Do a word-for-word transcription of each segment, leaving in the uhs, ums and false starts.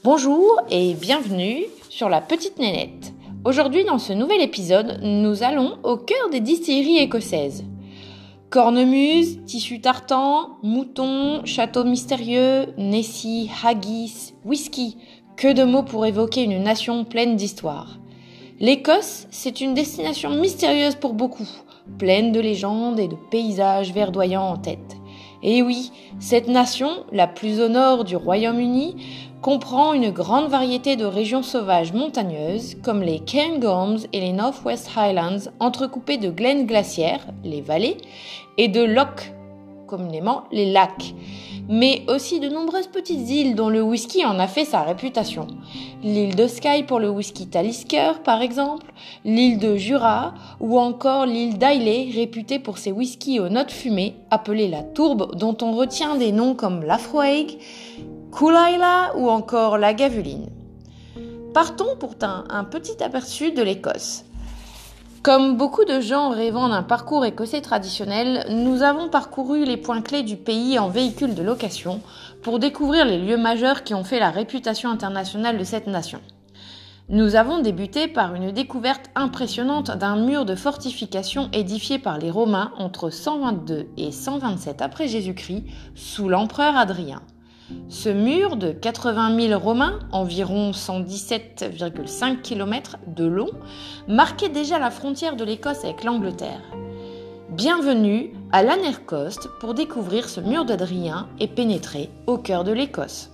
Bonjour et bienvenue sur La Petite Nénette. Aujourd'hui, dans ce nouvel épisode, nous allons au cœur des distilleries écossaises. Cornemuse, tissu tartan, mouton, château mystérieux, Nessie, haggis, whisky. Que de mots pour évoquer une nation pleine d'histoire. L'Écosse, c'est une destination mystérieuse pour beaucoup, pleine de légendes et de paysages verdoyants en tête. Et oui, cette nation, la plus au nord du Royaume-Uni, comprend une grande variété de régions sauvages montagneuses comme les Cairngorms et les North West Highlands, entrecoupées de glaines glaciaires, les vallées, et de lochs, communément les lacs, mais aussi de nombreuses petites îles dont le whisky en a fait sa réputation. L'île de Skye pour le whisky Talisker par exemple, l'île de Jura ou encore l'île d'Islay réputée pour ses whiskies aux notes fumées, appelée la tourbe, dont on retient des noms comme Laphroaig, Coolaila ou encore la Gavuline. Partons pour un, un petit aperçu de l'Écosse. Comme beaucoup de gens rêvant d'un parcours écossais traditionnel, nous avons parcouru les points clés du pays en véhicule de location pour découvrir les lieux majeurs qui ont fait la réputation internationale de cette nation. Nous avons débuté par une découverte impressionnante d'un mur de fortification édifié par les Romains entre cent vingt-deux et cent vingt-sept après Jésus-Christ sous l'empereur Hadrien. Ce mur de quatre-vingt mille Romains, environ cent dix-sept virgule cinq kilomètres de long, marquait déjà la frontière de l'Écosse avec l'Angleterre. Bienvenue à Lanercost pour découvrir ce mur d'Hadrien et pénétrer au cœur de l'Écosse.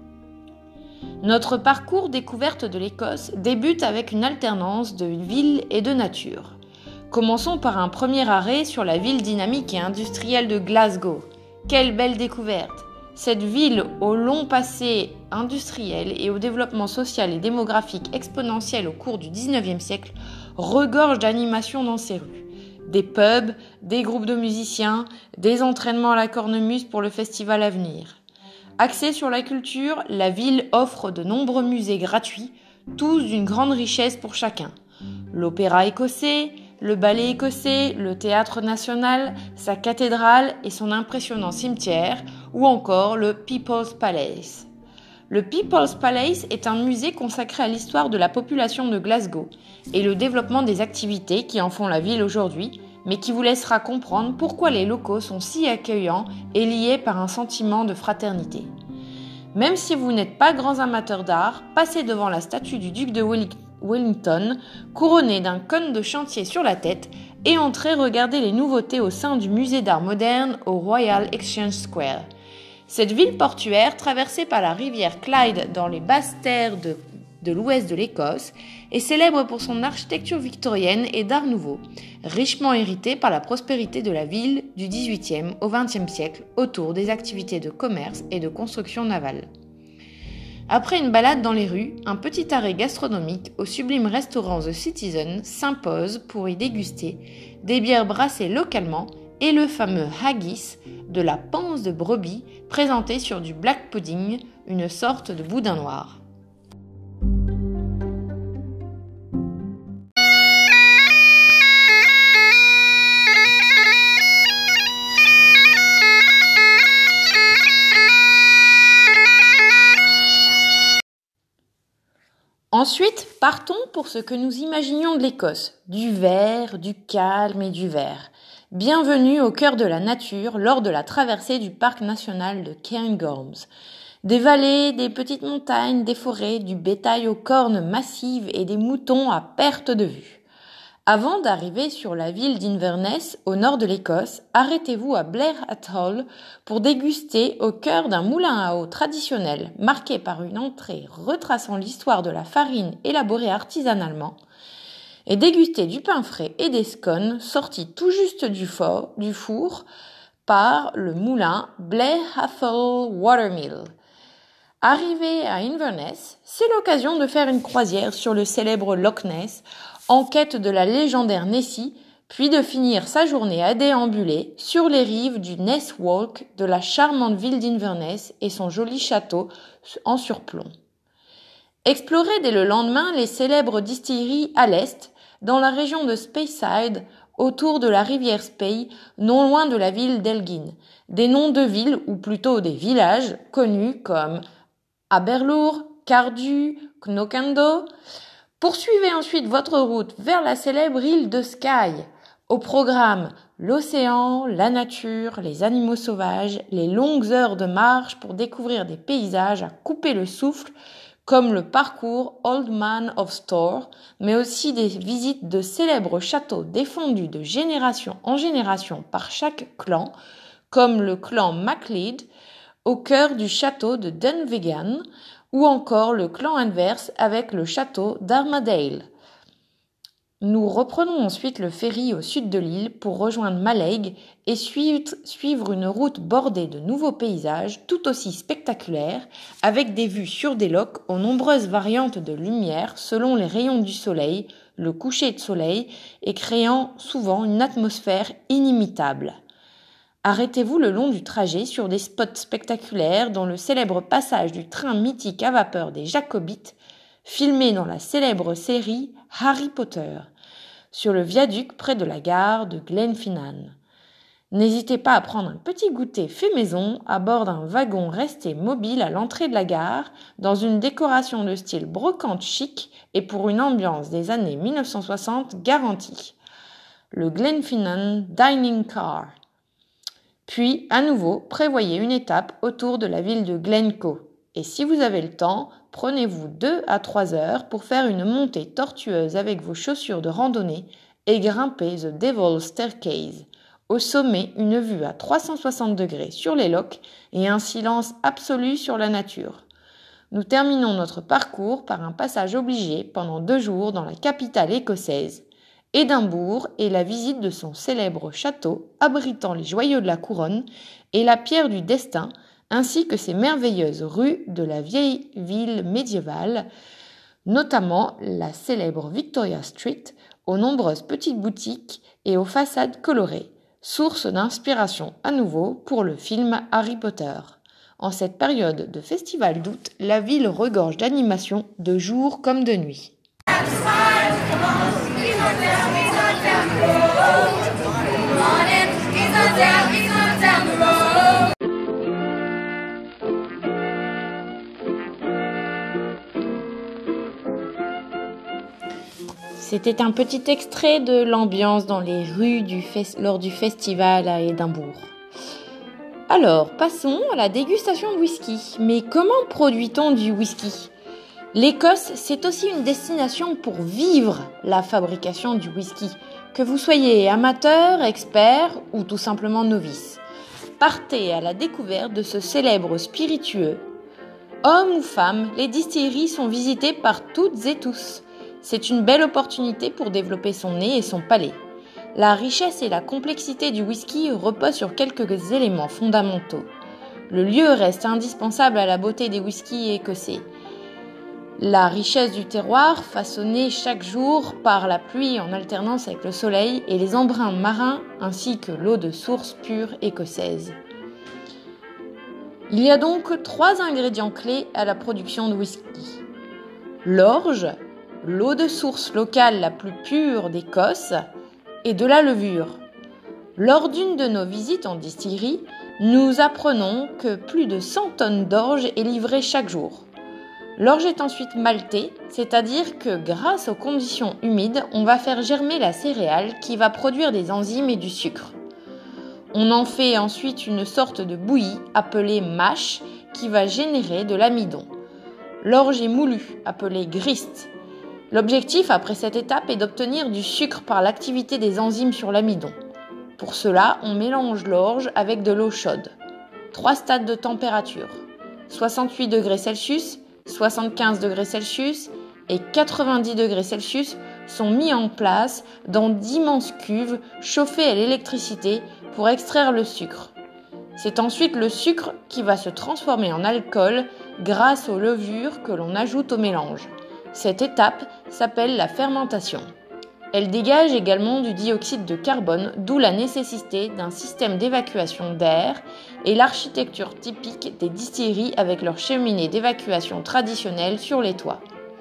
Notre parcours découverte de l'Écosse débute avec une alternance de ville et de nature. Commençons par un premier arrêt sur la ville dynamique et industrielle de Glasgow. Quelle belle découverte! Cette ville au long passé industriel et au développement social et démographique exponentiel au cours du dix-neuvième siècle regorge d'animations dans ses rues. Des pubs, des groupes de musiciens, des entraînements à la cornemuse pour le festival à venir. Axée sur la culture, la ville offre de nombreux musées gratuits, tous d'une grande richesse pour chacun. L'opéra écossais, le ballet écossais, le théâtre national, sa cathédrale et son impressionnant cimetière, ou encore le People's Palace. Le People's Palace est un musée consacré à l'histoire de la population de Glasgow et le développement des activités qui en font la ville aujourd'hui, mais qui vous laissera comprendre pourquoi les locaux sont si accueillants et liés par un sentiment de fraternité. Même si vous n'êtes pas grands amateurs d'art, passez devant la statue du duc de Wellington, couronné d'un cône de chantier sur la tête, et entrez regarder les nouveautés au sein du musée d'art moderne au Royal Exchange Square. Cette ville portuaire, traversée par la rivière Clyde dans les basses terres de, de l'ouest de l'Écosse, est célèbre pour son architecture victorienne et d'art nouveau, richement héritée par la prospérité de la ville du dix-huitième au vingtième siècle autour des activités de commerce et de construction navale. Après une balade dans les rues, un petit arrêt gastronomique au sublime restaurant The Citizen s'impose pour y déguster des bières brassées localement et le fameux haggis, de la panse de brebis présenté sur du black pudding, une sorte de boudin noir. Ensuite, partons pour ce que nous imaginions de l'Écosse, du vert, du calme et du vert. Bienvenue au cœur de la nature lors de la traversée du parc national de Cairngorms. Des vallées, des petites montagnes, des forêts, du bétail aux cornes massives et des moutons à perte de vue. Avant d'arriver sur la ville d'Inverness, au nord de l'Écosse, arrêtez-vous à Blair Atholl pour déguster au cœur d'un moulin à eau traditionnel, marqué par une entrée retraçant l'histoire de la farine élaborée artisanalement, et déguster du pain frais et des scones sortis tout juste du, for, du four par le moulin Blair Atholl Watermill. Arrivé à Inverness, c'est l'occasion de faire une croisière sur le célèbre Loch Ness, en quête de la légendaire Nessie, puis de finir sa journée à déambuler sur les rives du Ness Walk de la charmante ville d'Inverness et son joli château en surplomb. Explorez dès le lendemain les célèbres distilleries à l'est, dans la région de Speyside, autour de la rivière Spey, non loin de la ville d'Elgin. Des noms de villes, ou plutôt des villages, connus comme Aberlour, Cardu, Knokando. Poursuivez ensuite votre route vers la célèbre île de Skye. Au programme, l'océan, la nature, les animaux sauvages, les longues heures de marche pour découvrir des paysages à couper le souffle, comme le parcours Old Man of Storr, mais aussi des visites de célèbres châteaux défendus de génération en génération par chaque clan, comme le clan MacLeod, au cœur du château de Dunvegan, ou encore le clan inverse avec le château d'Armadale. Nous reprenons ensuite le ferry au sud de l'île pour rejoindre Mallaig et suivre une route bordée de nouveaux paysages tout aussi spectaculaires, avec des vues sur des lochs aux nombreuses variantes de lumière selon les rayons du soleil, le coucher de soleil, et créant souvent une atmosphère inimitable. Arrêtez-vous le long du trajet sur des spots spectaculaires dont le célèbre passage du train mythique à vapeur des Jacobites, filmé dans la célèbre série Harry Potter, sur le viaduc près de la gare de Glenfinnan. N'hésitez pas à prendre un petit goûter fait maison à bord d'un wagon resté mobile à l'entrée de la gare, dans une décoration de style brocante chic et pour une ambiance des années mille neuf cent soixante garantie. Le Glenfinnan Dining Car. Puis, à nouveau, prévoyez une étape autour de la ville de Glencoe. Et si vous avez le temps, prenez-vous deux à trois heures pour faire une montée tortueuse avec vos chaussures de randonnée et grimpez The Devil's Staircase. Au sommet, une vue à trois cent soixante degrés sur les lochs et un silence absolu sur la nature. Nous terminons notre parcours par un passage obligé pendant deux jours dans la capitale écossaise, Édimbourg, et la visite de son célèbre château abritant les joyaux de la couronne et la pierre du destin, ainsi que ses merveilleuses rues de la vieille ville médiévale, notamment la célèbre Victoria Street, aux nombreuses petites boutiques et aux façades colorées, source d'inspiration à nouveau pour le film Harry Potter. En cette période de festival d'août, la ville regorge d'animations de jour comme de nuit. C'était un petit extrait de l'ambiance dans les rues du fes- lors du festival à Édimbourg. Alors, passons à la dégustation de whisky. Mais comment produit-on du whisky ? L'Écosse, c'est aussi une destination pour vivre la fabrication du whisky, que vous soyez amateur, expert ou tout simplement novice. Partez à la découverte de ce célèbre spiritueux. Hommes ou femmes, les distilleries sont visitées par toutes et tous. C'est une belle opportunité pour développer son nez et son palais. La richesse et la complexité du whisky reposent sur quelques éléments fondamentaux. Le lieu reste indispensable à la beauté des whiskies écossais. La richesse du terroir, façonné chaque jour par la pluie en alternance avec le soleil, et les embruns marins ainsi que l'eau de source pure écossaise. Il y a donc trois ingrédients clés à la production de whisky. L'orge, l'eau de source locale la plus pure d'Écosse, et de la levure. Lors d'une de nos visites en distillerie, nous apprenons que plus de cent tonnes d'orge est livrée chaque jour. L'orge est ensuite maltée, c'est-à-dire que grâce aux conditions humides, on va faire germer la céréale qui va produire des enzymes et du sucre. On en fait ensuite une sorte de bouillie appelée mash qui va générer de l'amidon. L'orge est moulue, appelée grist. L'objectif après cette étape est d'obtenir du sucre par l'activité des enzymes sur l'amidon. Pour cela, on mélange l'orge avec de l'eau chaude. Trois stades de température, soixante-huit degrés Celsius, soixante-quinze degrés Celsius et quatre-vingt-dix degrés Celsius sont mis en place dans d'immenses cuves chauffées à l'électricité pour extraire le sucre. C'est ensuite le sucre qui va se transformer en alcool grâce aux levures que l'on ajoute au mélange. Cette étape s'appelle la fermentation. Elle dégage également du dioxyde de carbone, d'où la nécessité d'un système d'évacuation d'air et l'architecture typique des distilleries avec leurs cheminées d'évacuation traditionnelles sur les toits.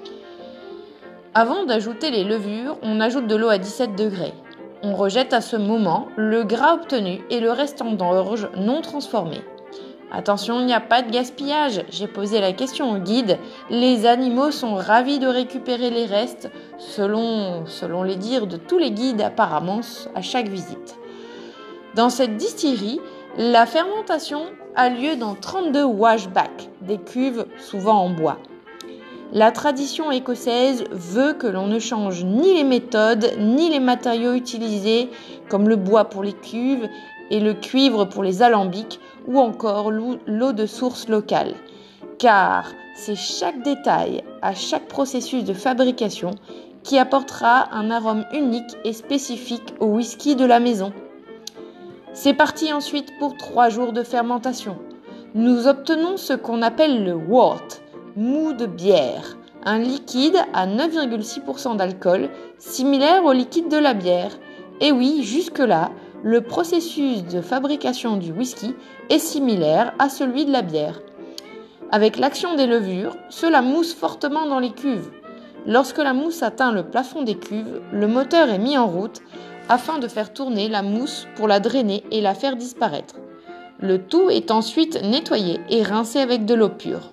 Avant d'ajouter les levures, on ajoute de l'eau à dix-sept degrés. On rejette à ce moment le gras obtenu et le restant d'orge non transformé. Attention, il n'y a pas de gaspillage. J'ai posé la question au guide. Les animaux sont ravis de récupérer les restes, selon, selon les dires de tous les guides apparemment à chaque visite. Dans cette distillerie, la fermentation a lieu dans trente-deux washbacks, des cuves souvent en bois. La tradition écossaise veut que l'on ne change ni les méthodes, ni les matériaux utilisés, comme le bois pour les cuves et le cuivre pour les alambics, ou encore l'eau de source locale. Car c'est chaque détail à chaque processus de fabrication qui apportera un arôme unique et spécifique au whisky de la maison. C'est parti ensuite pour trois jours de fermentation. Nous obtenons ce qu'on appelle le wort, mou de bière, un liquide à neuf virgule six pour cent d'alcool, similaire au liquide de la bière. Et oui, jusque-là, le processus de fabrication du whisky est similaire à celui de la bière. Avec l'action des levures, cela mousse fortement dans les cuves. Lorsque la mousse atteint le plafond des cuves, le moteur est mis en route afin de faire tourner la mousse pour la drainer et la faire disparaître. Le tout est ensuite nettoyé et rincé avec de l'eau pure.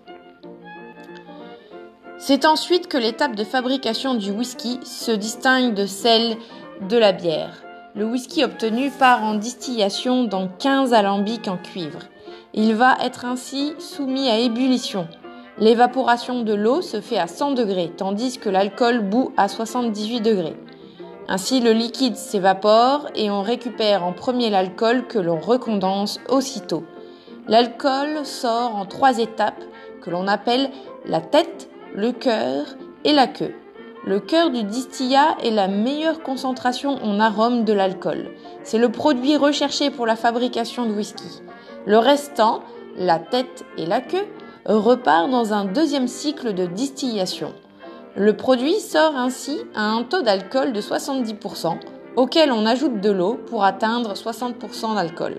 C'est ensuite que l'étape de fabrication du whisky se distingue de celle de la bière. Le whisky obtenu part en distillation dans quinze alambics en cuivre. Il va être ainsi soumis à ébullition. L'évaporation de l'eau se fait à cent degrés, tandis que l'alcool bout à soixante-dix-huit degrés. Ainsi, le liquide s'évapore et on récupère en premier l'alcool que l'on recondense aussitôt. L'alcool sort en trois étapes que l'on appelle la tête, le cœur et la queue. Le cœur du distillat est la meilleure concentration en arôme de l'alcool. C'est le produit recherché pour la fabrication de whisky. Le restant, la tête et la queue, repart dans un deuxième cycle de distillation. Le produit sort ainsi à un taux d'alcool de soixante-dix pour cent, auquel on ajoute de l'eau pour atteindre soixante pour cent d'alcool.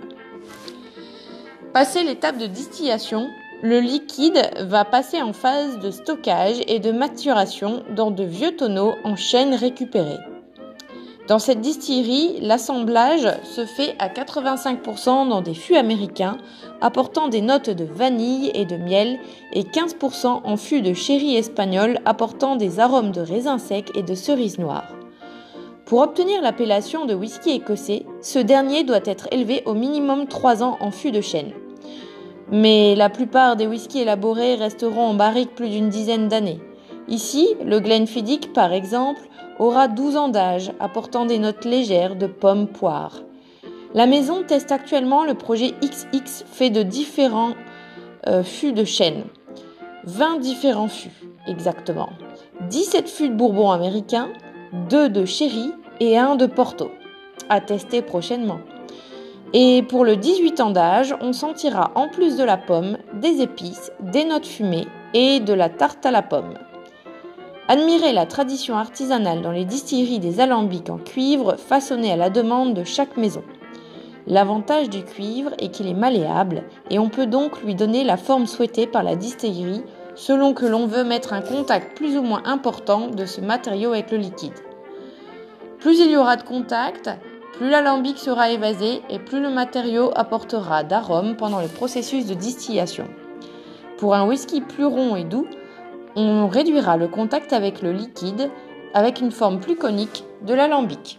Passé l'étape de distillation, le liquide va passer en phase de stockage et de maturation dans de vieux tonneaux en chêne récupéré. Dans cette distillerie, l'assemblage se fait à quatre-vingt-cinq pour cent dans des fûts américains, apportant des notes de vanille et de miel, et quinze pour cent en fûts de sherry espagnol, apportant des arômes de raisins secs et de cerises noires. Pour obtenir l'appellation de whisky écossais, ce dernier doit être élevé au minimum trois ans en fût de chêne. Mais la plupart des whiskies élaborés resteront en barrique plus d'une dizaine d'années. Ici, le Glenfiddich, par exemple, aura douze ans d'âge, apportant des notes légères de pommes poires. La maison teste actuellement le projet X X fait de différents euh, fûts de chêne. vingt différents fûts, exactement. dix-sept fûts de bourbon américain, deux de sherry et un de porto. À tester prochainement. Et pour le dix-huit ans d'âge, on sentira en plus de la pomme, des épices, des notes fumées et de la tarte à la pomme. Admirez la tradition artisanale dans les distilleries des alambics en cuivre façonnés à la demande de chaque maison. L'avantage du cuivre est qu'il est malléable et on peut donc lui donner la forme souhaitée par la distillerie selon que l'on veut mettre un contact plus ou moins important de ce matériau avec le liquide. Plus il y aura de contact, plus l'alambic sera évasé et plus le matériau apportera d'arômes pendant le processus de distillation. Pour un whisky plus rond et doux, on réduira le contact avec le liquide avec une forme plus conique de l'alambic.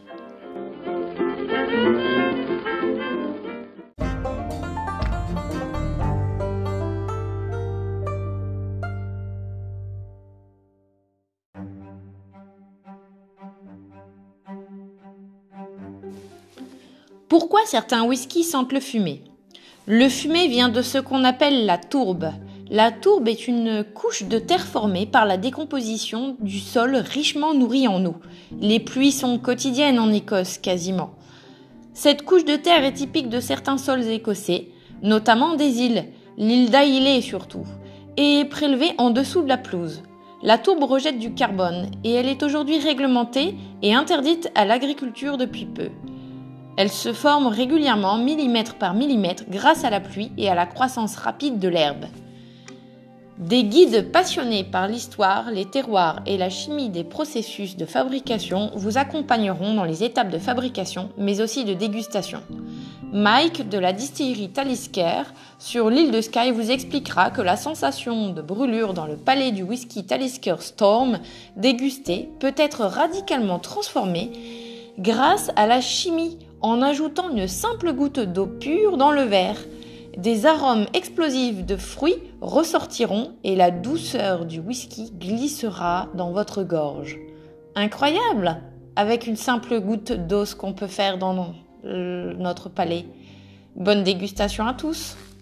Pourquoi certains whiskies sentent le fumé ? Le fumé vient de ce qu'on appelle la tourbe. La tourbe est une couche de terre formée par la décomposition du sol richement nourri en eau. Les pluies sont quotidiennes en Écosse, quasiment. Cette couche de terre est typique de certains sols écossais, notamment des îles, l'île d'Ailey surtout, et est prélevée en dessous de la pelouse. La tourbe rejette du carbone et elle est aujourd'hui réglementée et interdite à l'agriculture depuis peu. Elle se forme régulièrement millimètre par millimètre grâce à la pluie et à la croissance rapide de l'herbe. Des guides passionnés par l'histoire, les terroirs et la chimie des processus de fabrication vous accompagneront dans les étapes de fabrication, mais aussi de dégustation. Mike de la distillerie Talisker sur l'île de Skye vous expliquera que la sensation de brûlure dans le palais du whisky Talisker Storm dégusté peut être radicalement transformée grâce à la chimie en ajoutant une simple goutte d'eau pure dans le verre. Des arômes explosifs de fruits ressortiront et la douceur du whisky glissera dans votre gorge. Incroyable! Avec une simple goutte d'eau, ce qu'on peut faire dans notre palais. Bonne dégustation à tous!